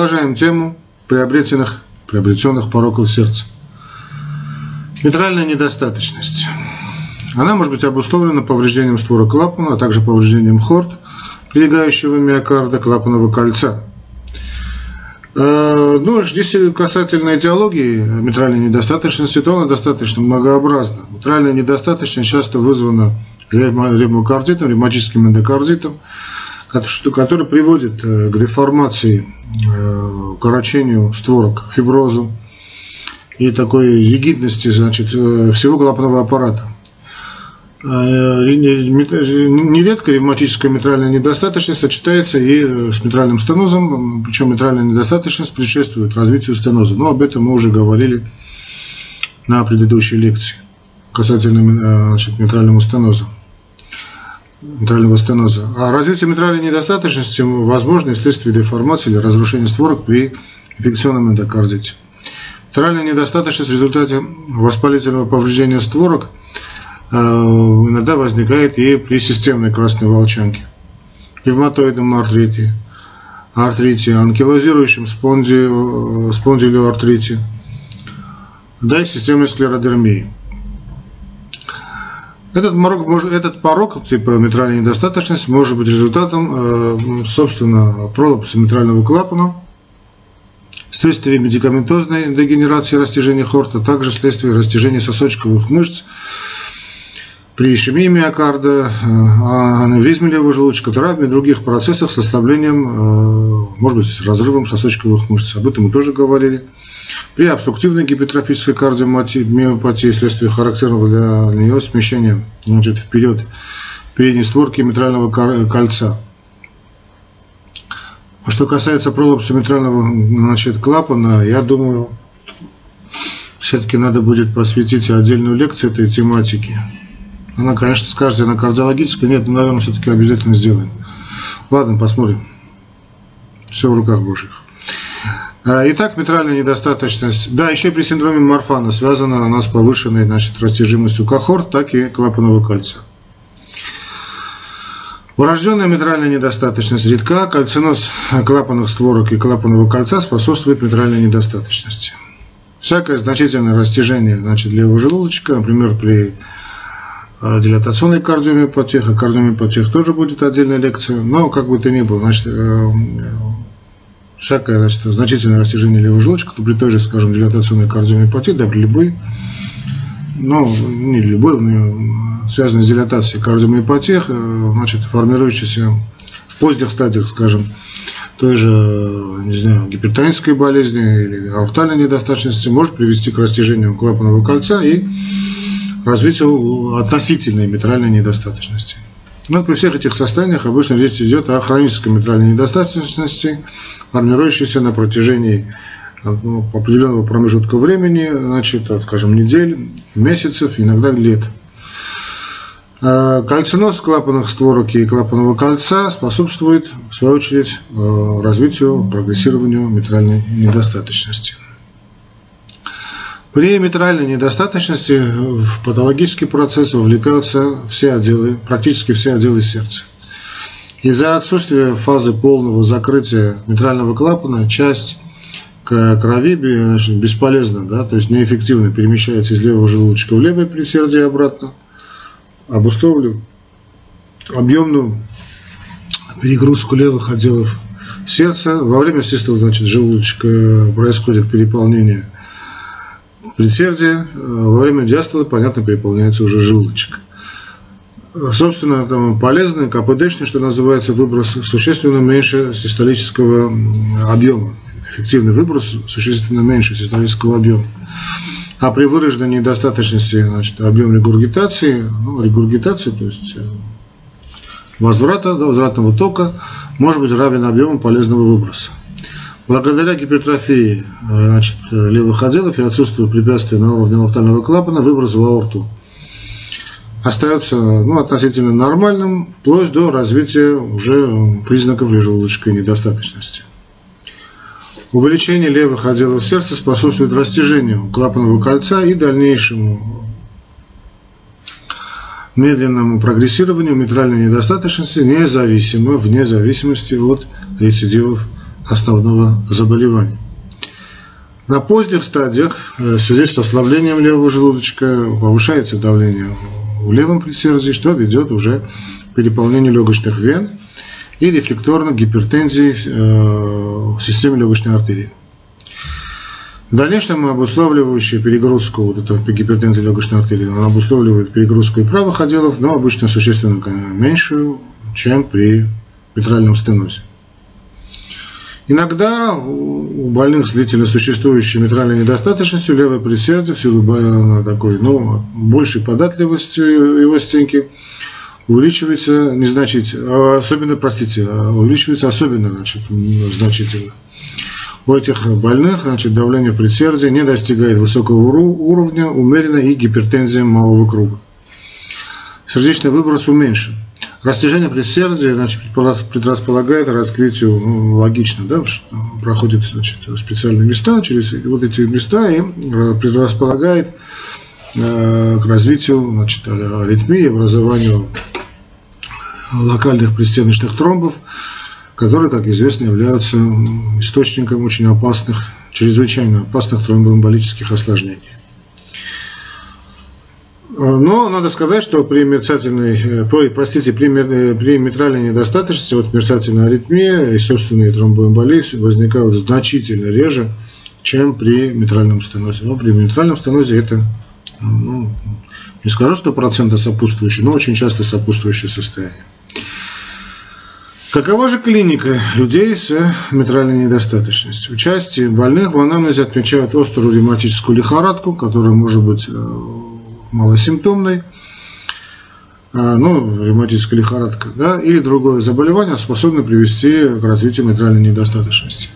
Продолжаем тему приобретенных пороков сердца. Митральная недостаточность. Она может быть обусловлена повреждением створок клапана, а также повреждением хорд, прилегающего миокарда, клапанного кольца. Здесь касательно этиологии митральной недостаточности, то она достаточно многообразна. Митральная недостаточность часто вызвана ревмокардитом, ревматическим эндокардитом, который приводит к деформации, укорочению створок, фиброзу и такой ригидности, всего клапанного аппарата. Нередко ревматическая митральная недостаточность сочетается и с митральным стенозом, причем митральная недостаточность предшествует развитию стеноза. Но об этом мы уже говорили на предыдущей лекции касательно митрального стеноза. А развитие митральной недостаточности возможно вследствие деформации или разрушения створок при инфекционном эндокардите. Митральная недостаточность в результате воспалительного повреждения створок иногда возникает и при системной красной волчанке, ревматоидном артрите, анкилозирующем спондилоартрите, да и системной склеродермии. Этот порок типа митральной недостаточности может быть результатом, собственно, пролапса митрального клапана, вследствие медикаментозной дегенерации растяжения хорд, а также вследствие растяжения сосочковых мышц при ишемии миокарда, аневризме левого желудочка, травме и других процессах с ослаблением, может быть, с разрывом сосочковых мышц. Об этом мы тоже говорили. При обструктивной гипертрофической кардиомиопатии вследствие характерного для нее смещения вперед передней створки митрального кольца. А что касается пролапса митрального клапана, я думаю, все-таки надо будет посвятить отдельную лекцию этой тематике. Она, конечно, скажете, она кардиологическая. Нет, наверное, все-таки обязательно сделаем. Ладно, посмотрим. Все в руках Божьих. Итак, митральная недостаточность. Да, еще при синдроме Марфана связана она с повышенной растяжимостью как хорд, так и клапанного кольца. Врожденная митральная недостаточность редка. Кальциноз клапанных створок и клапанного кольца способствует митральной недостаточности. Всякое значительное растяжение левого желудочка, например, при дилатационной кардиомиопатии, а кардиомиопатии тоже будет отдельная лекция, но как бы то ни было, всякое значительное растяжение левого желудочка, то при той же, скажем, дилатационной кардиомиопатии, да, при любой, не любой, но связанной с дилатацией кардиомиопатии, формирующейся в поздних стадиях, скажем, той же, гипертонической болезни или аортальной недостаточности, может привести к растяжению клапанного кольца и развитию относительной митральной недостаточности. Но при всех этих состояниях обычно речь идет о хронической митральной недостаточности, формирующейся на протяжении определенного промежутка времени, скажем, недель, месяцев, иногда лет. Кальциноз клапанных створок и клапанного кольца способствует, в свою очередь, развитию, прогрессированию митральной недостаточности. При митральной недостаточности в патологический процесс вовлекаются практически все отделы сердца. Из-за отсутствия фазы полного закрытия митрального клапана часть крови бесполезна, то есть неэффективно перемещается из левого желудочка в левое предсердие и обратно, обусловливая объемную перегрузку левых отделов сердца. Во время систолы желудочка происходит переполнение предсердия, во время диастолы, понятно, переполняется уже желудочек. Собственно, полезный КПДшный, что называется, выброс существенно меньше систолического объема. Эффективный выброс существенно меньше систолического объема. А при выраженной недостаточности объем регургитации, то есть возвратного тока, может быть равен объему полезного выброса. Благодаря гипертрофии левых отделов и отсутствию препятствий на уровне аортального клапана выброс в аорту остается относительно нормальным, вплоть до развития уже признаков желудочковой недостаточности. Увеличение левых отделов сердца способствует растяжению клапанного кольца и дальнейшему медленному прогрессированию митральной недостаточности вне зависимости от рецидивов основного заболевания. На поздних стадиях в связи с ослаблением левого желудочка повышается давление в левом предсердии, что ведет уже к переполнению легочных вен и рефлекторно гипертензии в системе легочной артерии. В дальнейшем обусловливающая перегрузку, вот эта гипертензия легочной артерии, она обусловливает перегрузку и правых отделов, но обычно существенно меньшую, чем при митральном стенозе. Иногда у больных с длительно существующей митральной недостаточностью левое предсердие в силу такой, большей податливости его стенки увеличивается увеличивается особенно значительно. У этих больных давление в предсердии не достигает высокого уровня, умеренно и гипертензия малого круга. Сердечный выброс уменьшен. Растяжение предсердия предрасполагает раскрытию, логично, да, что проходит специальные места через вот эти места и предрасполагает к развитию аритмии и образованию локальных предстеночных тромбов, которые, как известно, являются источником очень опасных, чрезвычайно опасных тромбоэмболических осложнений. Но надо сказать, что при митральной недостаточности, мерцательная аритмия и собственные тромбоэмболии возникают значительно реже, чем при митральном стенозе. Но при митральном стенозе это, не скажу 100% сопутствующее, но очень часто сопутствующее состояние. Какова же клиника людей с митральной недостаточностью? У части больных в анамнезе отмечают острую ревматическую лихорадку, которая может быть малосимптомной, ревматическая лихорадка, да, или другое заболевание, способное привести к развитию митральной недостаточности.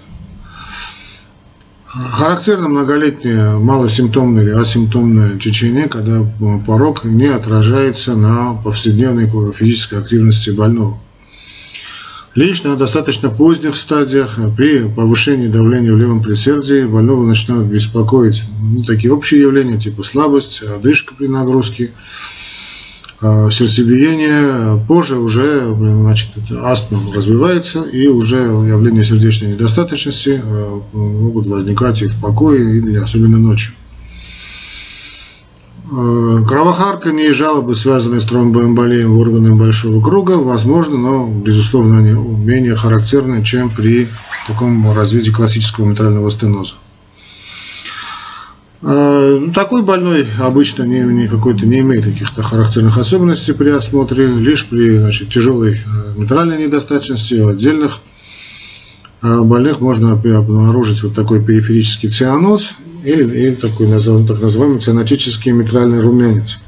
Характерно многолетнее малосимптомное или асимптомное течение, когда порог не отражается на повседневной физической активности больного. Лишь на достаточно поздних стадиях при повышении давления в левом предсердии больного начинают беспокоить такие общие явления, типа слабость, одышка при нагрузке, сердцебиение. Позже уже астма развивается, и уже явления сердечной недостаточности могут возникать и в покое, или особенно ночью. Кровохарканье и жалобы, связанные с тромбоэмболией в органах большого круга, возможно, но, безусловно, они менее характерны, чем при таком развитии классического митрального стеноза. Такой больной обычно не имеет каких-то характерных особенностей при осмотре, лишь при тяжелой митральной недостаточности у отдельных больных можно обнаружить вот такой периферический цианоз или такой так называемый цианотический митральный румянец.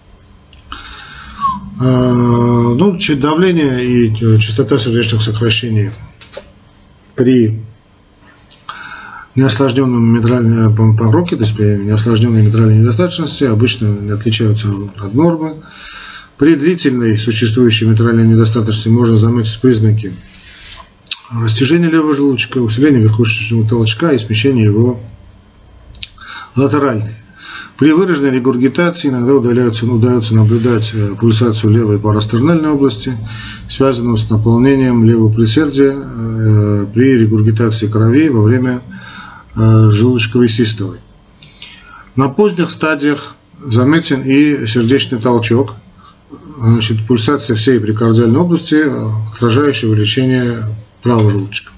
Давление и частота сердечных сокращений при неосложненном митральном пороке, то есть при неосложненной митральной недостаточности, обычно не отличаются от нормы. При длительной существующей митральной недостаточности можно заметить признаки растяжения левого желудочка, усиления верхушечного толчка и смещения его латеральной. При выраженной регургитации иногда удается наблюдать пульсацию левой парастернальной области, связанную с наполнением левого предсердия при регургитации крови во время желудочковой систолы. На поздних стадиях заметен и сердечный толчок, пульсация всей прикардиальной области, отражающая увеличение правого желудочка.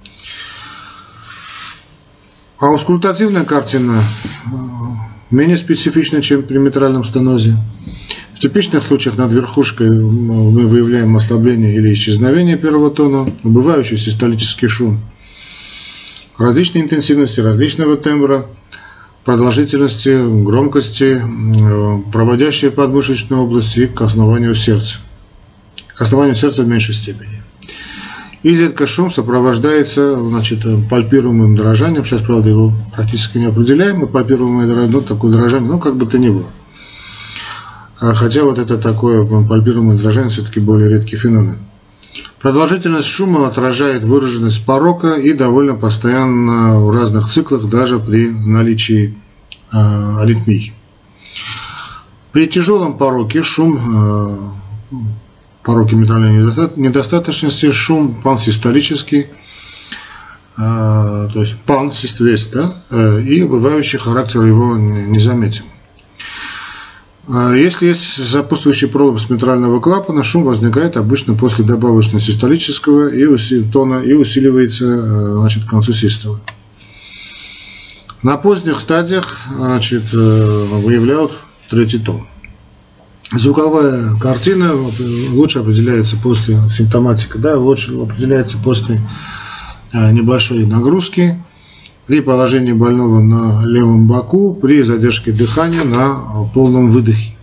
Аускультативная картина менее специфична, чем при митральном стенозе. В типичных случаях над верхушкой мы выявляем ослабление или исчезновение первого тона, убывающий систолический шум различной интенсивности, различного тембра, продолжительности, громкости, проводящие подмышечную область и к основанию сердца. К основанию сердца в меньшей степени. Изредка шум сопровождается пальпируемым дрожанием. Сейчас, правда, его практически не определяем. Пальпируемое дрожание, такое дрожание, как бы то ни было. Хотя вот это такое пальпируемое дрожание все-таки более редкий феномен. Продолжительность шума отражает выраженность порока и довольно постоянно в разных циклах, даже при наличии аритмий. При тяжелом пороке пороке митральной недостаточности шум пансистолический то есть пан, весь, да, и бывающий характер его не заметен. Если есть сопутствующий пролапс митрального клапана, шум возникает обычно после добавочно-систолического тона и усиливается, значит, к концу систолы. На поздних стадиях, значит, выявляют третий тон. Звуковая картина лучше определяется после симптоматика, да, лучше определяется после небольшой нагрузки, при положении больного на левом боку, при задержке дыхания на полном выдохе.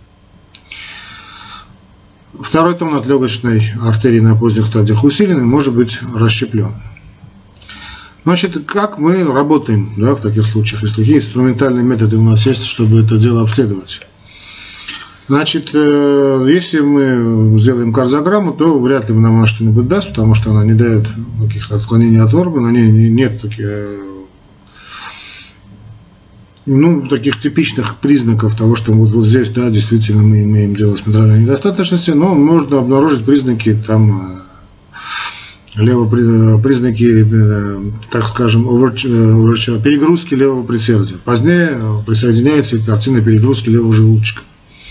Второй тон от легочной артерии на поздних стадиях усиленный, может быть расщеплен. Значит, как мы работаем, да, в таких случаях, если какие инструментальные методы у нас есть, чтобы это дело обследовать? Значит, если мы сделаем кардиограмму, то вряд ли нам она что-нибудь даст, потому что она не дает каких-то отклонений от органа, на ней нет таких типичных признаков того, что вот здесь, да, действительно мы имеем дело с митральной недостаточностью, но можно обнаружить признаки там признаки, так скажем, перегрузки левого предсердия. Позднее присоединяется картина перегрузки левого желудочка.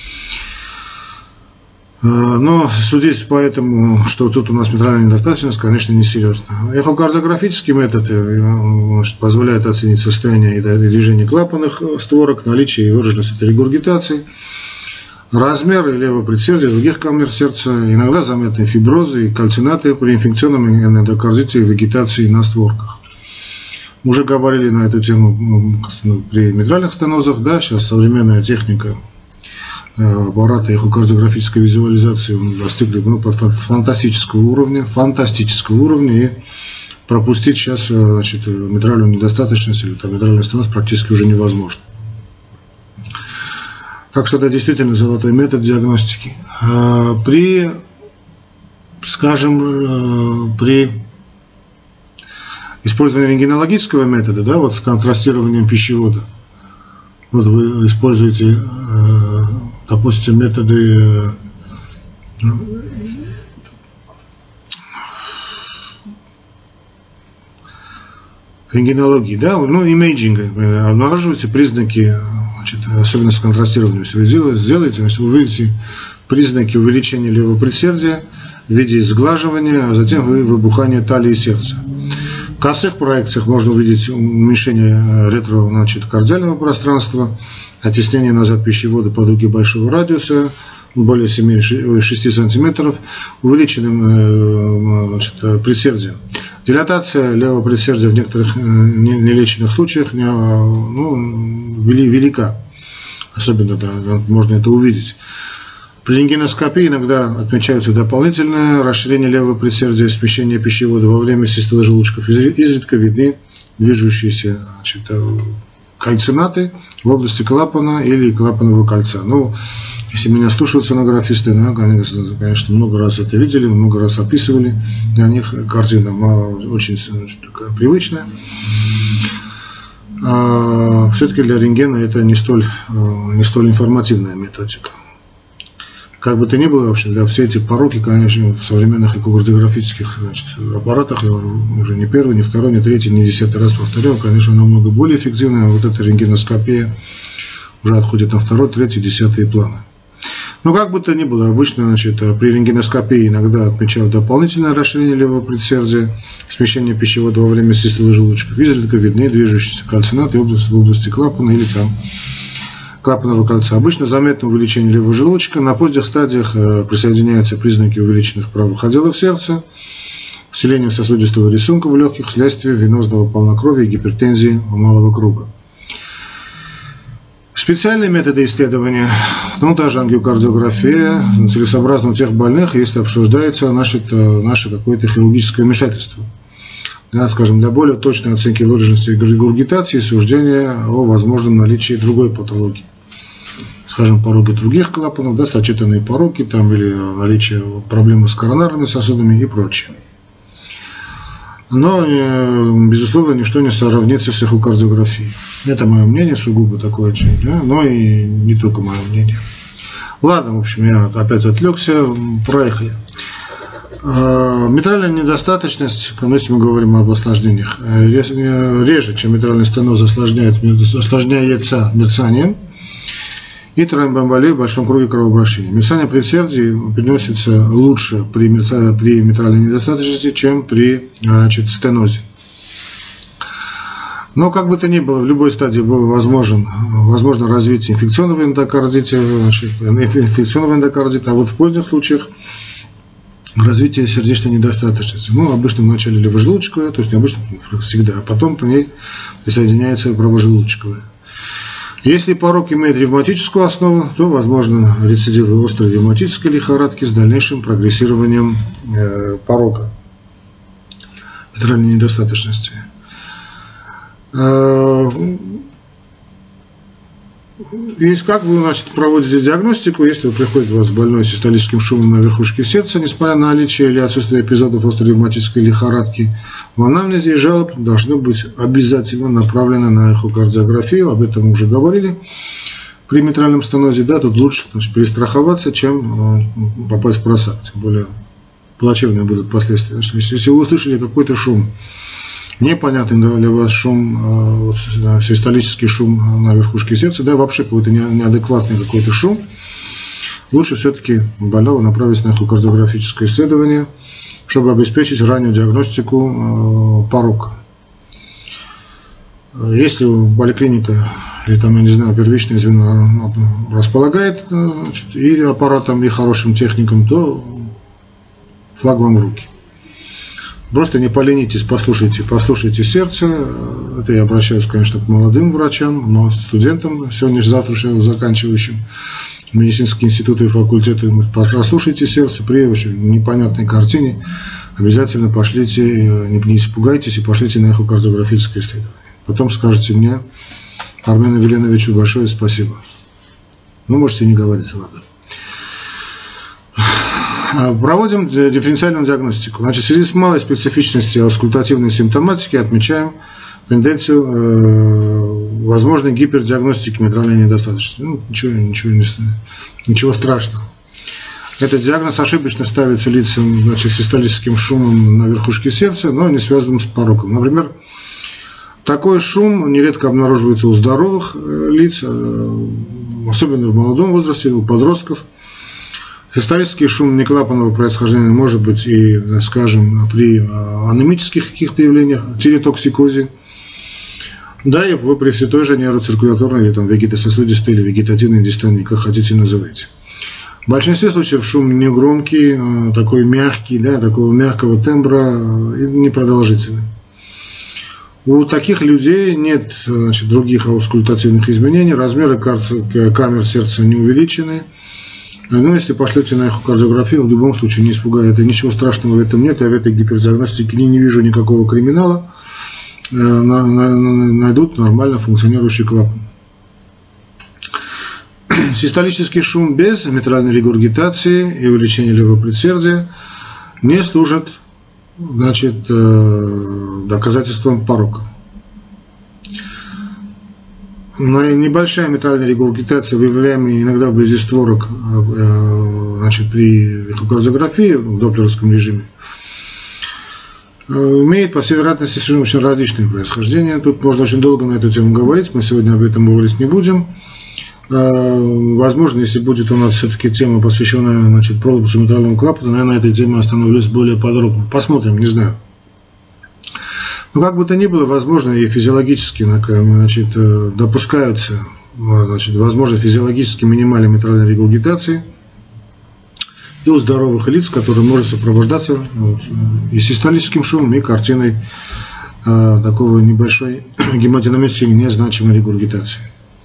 Но судить по этому, что тут у нас митральная недостаточность, конечно, несерьезно. Эхокардиографический метод позволяет оценить состояние и движение клапанных створок, наличие и выраженность этой регургитации, размеры левого предсердия, других камер сердца, иногда заметные фиброзы и кальцинаты при инфекционном эндокардите и вегетации на створках. Уже говорили на эту тему при митральных стенозах, да, сейчас современная техника аппарата эхокардиографической визуализации достигли фантастического уровня, и пропустить сейчас, значит, митральную недостаточность или митральный стеноз практически уже невозможно. Так что это действительно золотой метод диагностики. При использовании рентгенологического метода, да, вот с контрастированием пищевода, вот вы используете, допустим, методы рентгенологии, да, имейджинга, обнаруживаете признаки, значит, особенно с контрастированием, если вы сделаете, значит, вы увидите признаки увеличения левого предсердия в виде сглаживания, а затем выбухания талии и сердца. В косых проекциях можно увидеть уменьшение кардиального пространства, оттеснение назад пищевода по дуге большого радиуса, более 6 см, увеличенным, значит, предсердием. Дилатация левого предсердия в некоторых нелеченных случаях велика. Особенно, да, можно это увидеть. При рентгеноскопии иногда отмечаются дополнительное расширение левого предсердия, смещение пищевода во время систолы желудочков. Изредка видны движущиеся, значит, кальцинаты в области клапана или клапанного кольца. Ну, если меня слушают сонографисты, да, конечно, много раз это видели, много раз описывали. Для них картина очень такая привычная. А все-таки для рентгена это не столь информативная методика. Как бы то ни было, в общем, да, все эти пороки, конечно, в современных эхокардиографических, значит, аппаратах, я уже не первый, не второй, не третий, не 10-й раз повторял, конечно, намного более эффективная. Вот эта рентгеноскопия уже отходит на второй, третий, 10-й планы. Но как бы то ни было, обычно, значит, при рентгеноскопии иногда отмечают дополнительное расширение левого предсердия, смещение пищевода во время систолы желудочков. Изредка видны движущиеся кальцинаты в области клапана или там клапанного кольца. Обычно заметно увеличение левого желудочка. На поздних стадиях присоединяются признаки увеличенных правых отделов сердца, усиление сосудистого рисунка в легких вследствие венозного полнокровия и гипертензии малого круга. Специальные методы исследования, та же ангиокардиография, целесообразно у тех больных, если обсуждается наше какое-то хирургическое вмешательство. Да, скажем, для более точной оценки выраженности регургитации и суждения о возможном наличии другой патологии. Скажем, пороки других клапанов, да, сочетанные пороки, там, или наличие проблем с коронарными сосудами и прочее. Но, безусловно, ничто не сравнится с эхокардиографией. Это мое мнение, сугубо такое, да, но и не только мое мнение. Ладно, в общем, я опять отвлекся, проехали. Митральная недостаточность, если мы говорим об осложнениях, реже, чем митральный стеноз, осложняется мерцанием и тромбоэмболией в большом круге кровообращения. Мерцание предсердий переносится лучше при митральной недостаточности, чем при стенозе. Но как бы то ни было, в любой стадии было возможно развитие инфекционного эндокардита, а вот в поздних случаях развитие сердечной недостаточности. Обычно вначале левожелудочковая, то есть не обычно всегда, а потом по ней присоединяется правожелудочковая. Если порок имеет ревматическую основу, то возможно рецидивы острой ревматической лихорадки с дальнейшим прогрессированием порока митральной недостаточности. И как вы проводите диагностику, если приходит у вас больной с систолическим шумом на верхушке сердца, несмотря на наличие или отсутствие эпизодов острой ревматической лихорадки, в анамнезе и жалоб должно быть обязательно направлено на эхокардиографию, об этом мы уже говорили при митральном стенозе, тут лучше перестраховаться, чем попасть в просак, тем более плачевные будут последствия. Если вы услышали какой-то шум, непонятный для вас шум, систолический шум на верхушке сердца, вообще какой-то неадекватный какой-то шум, лучше все-таки больного направить на эхокардиографическое исследование, чтобы обеспечить раннюю диагностику порока. Если поликлиника или первичное звено располагает и аппаратом, и хорошим техником, то флаг вам в руки. Просто не поленитесь, послушайте сердце. Это я обращаюсь, конечно, к молодым врачам, но студентам, сегодня-завтра заканчивающим медицинские институты и факультеты. Послушайте сердце при очень непонятной картине. Обязательно пошлите, не испугайтесь и пошлите на эхокардиографическое исследование. Потом скажете мне, Армену Веленовичу, большое спасибо. Можете не говорить, ладно. Проводим дифференциальную диагностику. В связи с малой специфичностью аускультативной симптоматики отмечаем тенденцию возможной гипердиагностики митральной недостаточности. Ничего страшного. Этот диагноз ошибочно ставится лицам с систолическим шумом на верхушке сердца, но не связанным с пороком. Например, такой шум нередко обнаруживается у здоровых лиц, особенно в молодом возрасте, у подростков. Систолический шум неклапанного происхождения может быть и, скажем, при анемических каких-то явлениях, тиреотоксикозе, и при все той же нейроциркуляторной или вегетососудистой или вегетативной дистонии, как хотите называйте. В большинстве случаев шум негромкий, такой мягкий, такого мягкого тембра и непродолжительный. У таких людей нет других аускультативных изменений, размеры камер сердца не увеличены. Но если пошлете на эхокардиографию, в любом случае не испугает. И ничего страшного в этом нет. Я в этой гипердиагностике не вижу никакого криминала. Найдут нормально функционирующий клапан. Систолический шум без митральной регургитации и увеличения левого предсердия не служит доказательством порока. Небольшая митральная регургитация, выявляемая иногда вблизи створок при эхокардиографии в доплеровском режиме, имеет, по всей вероятности, очень различные происхождения. Тут можно очень долго на эту тему говорить, мы сегодня об этом говорить не будем. Возможно, если будет у нас все-таки тема, посвященная пролапсу митрального клапана, я на этой теме остановлюсь более подробно. Посмотрим, не знаю. Но как бы то ни было, возможно, и физиологически допускаются возможно физиологически минимальной митральной регургитации и у здоровых лиц, которые может сопровождаться и систолическим шумом, и картиной такого небольшой гемодинамически незначимой регургитации.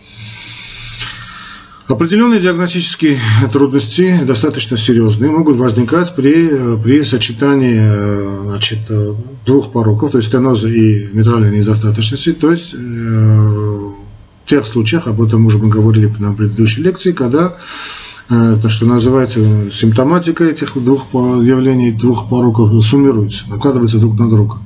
Определенные диагностические трудности, достаточно серьезные, могут возникать при сочетании двух пороков, то есть стеноза и митральной недостаточности, то есть в тех случаях, об этом уже мы говорили на предыдущей лекции, когда, что называется, симптоматика этих двух явлений, двух пороков суммируется, накладывается друг на друга.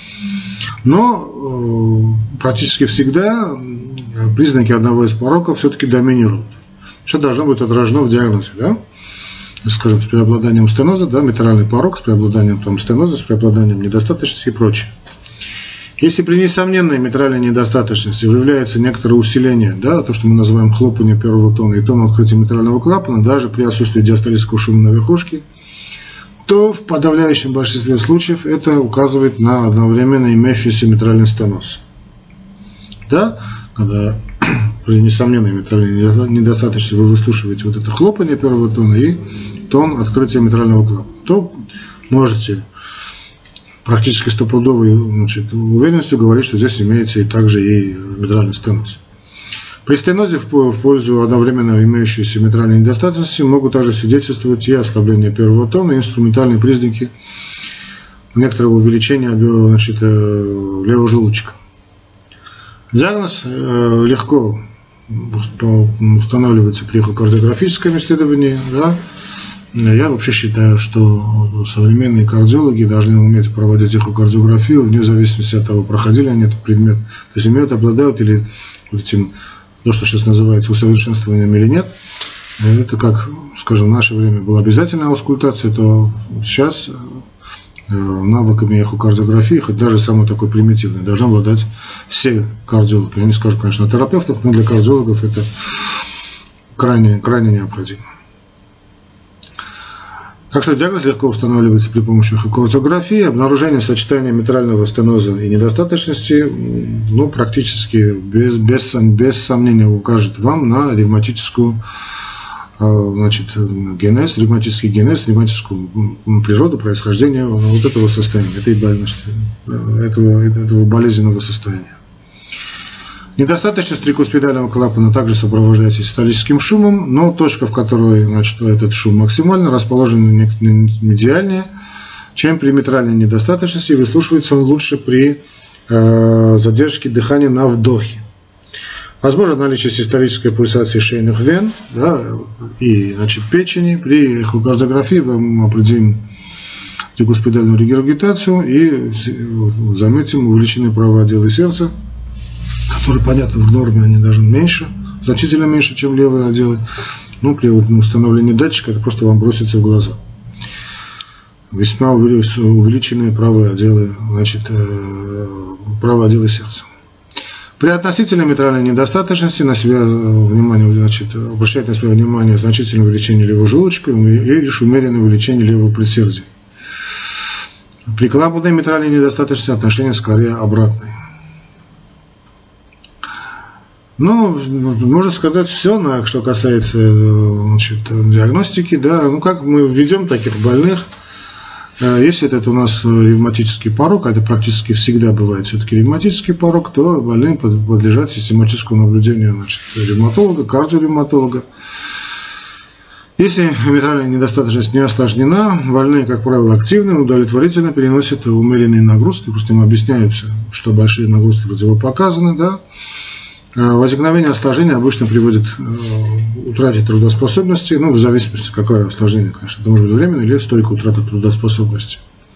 Но практически всегда признаки одного из пороков все-таки доминируют. Что должно быть отражено в диагнозе, скажем, с преобладанием стеноза, да, митральный порог с преобладанием там, стеноза, с преобладанием недостаточности и прочее. Если при несомненной митральной недостаточности выявляется некоторое усиление, да, то, что мы называем хлопание первого тона и тона открытия митрального клапана, даже при отсутствии диастолического шума на верхушке, то в подавляющем большинстве случаев это указывает на одновременно имеющийся митральный стеноз. Да, когда при несомненной митральной недостаточности вы выслушиваете вот это хлопание первого тона и тон открытия митрального клапана, то можете практически стопудовой уверенностью говорить, что здесь имеется и также и митральный стеноз. При стенозе в пользу одновременно имеющейся митральной недостаточности могут также свидетельствовать и ослабление первого тона, и инструментальные признаки некоторого увеличения левого желудочка. Диагноз легко устанавливается при эхокардиографическом исследовании. Да? Я вообще считаю, что современные кардиологи должны уметь проводить эхокардиографию вне зависимости от того, проходили они этот предмет, то есть имеют, обладают или вот этим, то, что сейчас называется усовершенствованием или нет. Это как, скажем, в наше время была обязательная аускультация, то сейчас навыками эхокардиографии, хоть даже самый такой примитивный, должны обладать все кардиологи. Я не скажу, конечно, о терапевтах, но для кардиологов это крайне необходимо. Так что диагноз легко устанавливается при помощи эхокардиографии. Обнаружение сочетания митрального стеноза и недостаточности практически без сомнения укажет вам на ревматическую ревматический генез, ревматическую природу происхождения вот этого состояния, этой больности, этого болезненного состояния. Недостаточность трикуспидального клапана также сопровождается систолическим шумом, но точка, в которой этот шум максимально, расположена медиальнее, чем при митральной недостаточности, и выслушивается он лучше при задержке дыхания на вдохе. Возможно наличие систолической пульсации шейных вен, да, и печени. При эхокардиографии мы определим трикуспидальную регургитацию и заметим увеличенные правые отделы сердца, которые, понятно, в норме они даже меньше, значительно меньше, чем левые отделы. Но при установлении датчика это просто вам бросится в глаза. Весьма увеличенные правые отделы сердца. При относительной митральной недостаточности обращает на себя внимание значительное увеличение левого желудочка и лишь умеренное увеличение левого предсердия. При клапанной митральной недостаточности отношения скорее обратные. Можно сказать все, что касается диагностики. Да. Как мы введем таких больных, если это у нас ревматический порок, а это практически всегда бывает все-таки ревматический порок, то больные подлежат систематическому наблюдению ревматолога, кардиоревматолога. Если митральная недостаточность не осложнена, больные, как правило, активны, удовлетворительно переносят умеренные нагрузки, просто им объясняются, что большие нагрузки противопоказаны, да. Возникновение осложнения обычно приводит к утрате трудоспособности, в зависимости, какое осложнение, конечно, это может быть временное или стойкая утрата трудоспособности.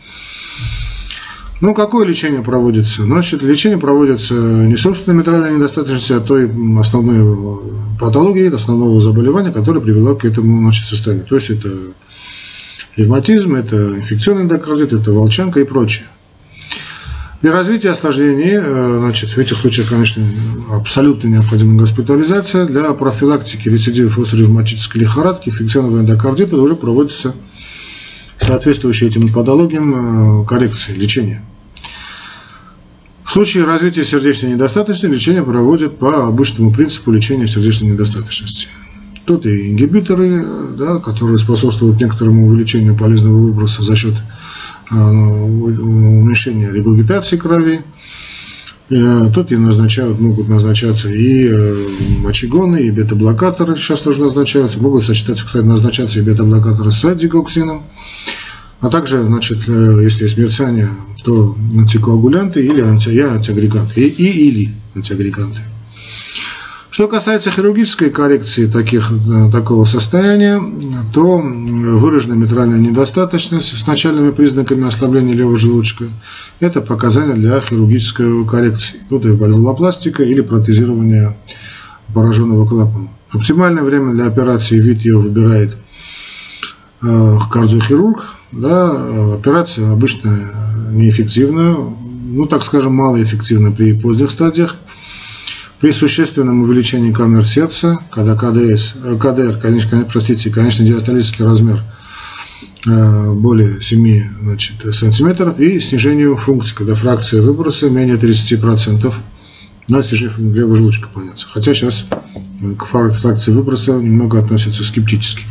Какое лечение проводится? Лечение проводится не собственно митральной недостаточности, а той основной патологии, основного заболевания, которое привело к этому состоянию. То есть это ревматизм, это инфекционный эндокардит, это волчанка и прочее. При развитии осложнений, в этих случаях, конечно, абсолютно необходима госпитализация. Для профилактики рецидивов остроревматической лихорадки, инфекционного эндокардита уже проводится соответствующие этим патологиям коррекции, лечения. В случае развития сердечной недостаточности лечение проводят по обычному принципу лечения сердечной недостаточности. Тут и ингибиторы, да, которые способствуют некоторому увеличению полезного выброса за счет уменьшения регургитации крови. Тут и могут назначаться и мочегоны, и бета-блокаторы сейчас тоже назначаются. Могут сочетаться, кстати, назначаться и бета-блокаторы с аддикоксином. А также, если есть мерцание, то антикоагулянты или антиагреганты. Или антиагреганты. Что касается хирургической коррекции такого состояния, то выраженная митральная недостаточность с начальными признаками ослабления левого желудочка – это показания для хирургической коррекции. Тут и вальвулопластика или протезирование пораженного клапана. Оптимальное время для операции вид ее выбирает кардиохирург, да, операция обычно неэффективна, ну, так скажем, малоэффективна при поздних стадиях. При существенном увеличении камер сердца, когда КДР, конечный диастолический размер более 7 сантиметров, и снижению функции, когда фракция выброса менее 30%, на снижение левого желудочка, понятно. Хотя сейчас к фракции выброса немного относятся скептически.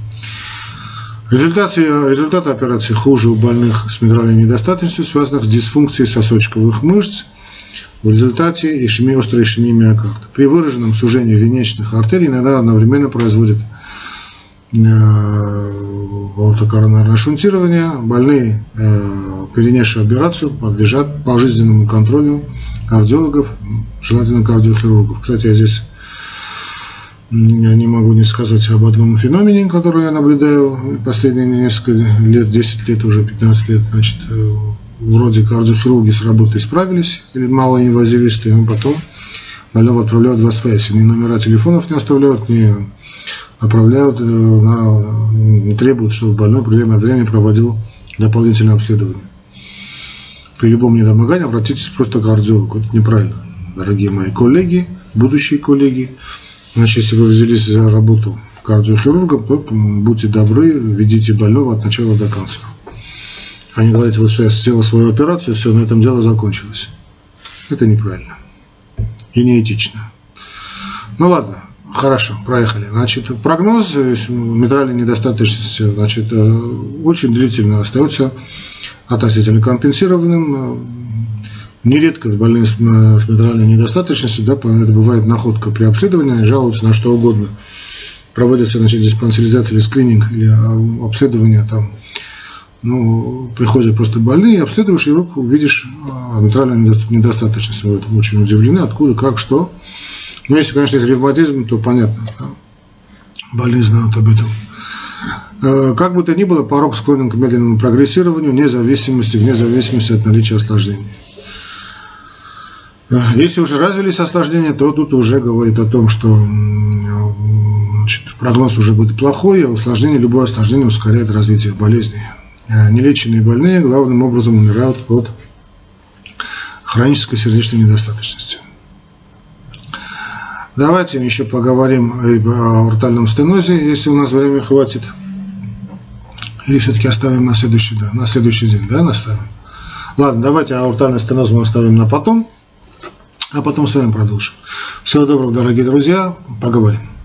Результаты операции хуже у больных с митральной недостаточностью, связанных с дисфункцией сосочковых мышц, в результате острой ишемии миокарда. При выраженном сужении венечных артерий иногда одновременно производят аортокоронарное шунтирование. Больные, перенесшие операцию, подлежат пожизненному контролю кардиологов, желательно кардиохирургов. Кстати, я здесь не могу не сказать об одном феномене, который я наблюдаю последние несколько лет, 10 лет, уже 15 лет. Значит, вроде кардиохирурги с работой справились, или малоинвазивисты, но потом больного отправляют в освояси. Ни номера телефонов не оставляют, ни отправляют, не требуют, чтобы больной время от времени проводил дополнительное обследование. При любом недомогании обратитесь просто к кардиологу. Это неправильно, дорогие мои коллеги, будущие коллеги. Значит, если вы взялись за работу кардиохирургом, то будьте добры, ведите больного от начала до конца. А не говорите, вот что я сделал свою операцию, все, на этом дело закончилось. Это неправильно и неэтично. Ну ладно, хорошо, проехали. Значит, прогноз митральной недостаточности, значит, очень длительно остается относительно компенсированным. Нередко больные с митральной недостаточностью, да, это бывает находка при обследовании, они жалуются на что угодно. Проводится, значит, диспансеризация или скрининг, или обследование там. Ну, приходят просто больные, обследуешь, и вдруг увидишь митральную недостаточность. Вы очень удивлены, откуда, как, что. Но если, конечно, есть ревматизм, то понятно, да? Больные знают об этом. Как бы то ни было, порог склонен к медленному прогрессированию, вне зависимости от наличия осложнений. Если уже развились осложнения, то тут уже говорит о том, что, значит, прогноз уже будет плохой, а любое осложнение ускоряет развитие болезни. Нелеченные больные главным образом умирают от хронической сердечной недостаточности. Давайте еще поговорим о аортальном стенозе, если у нас времени хватит. Или все-таки оставим на следующий день, да, наставим? Ладно, давайте аортальный стеноз мы оставим на потом, а потом с вами продолжим. Всего доброго, дорогие друзья, поговорим.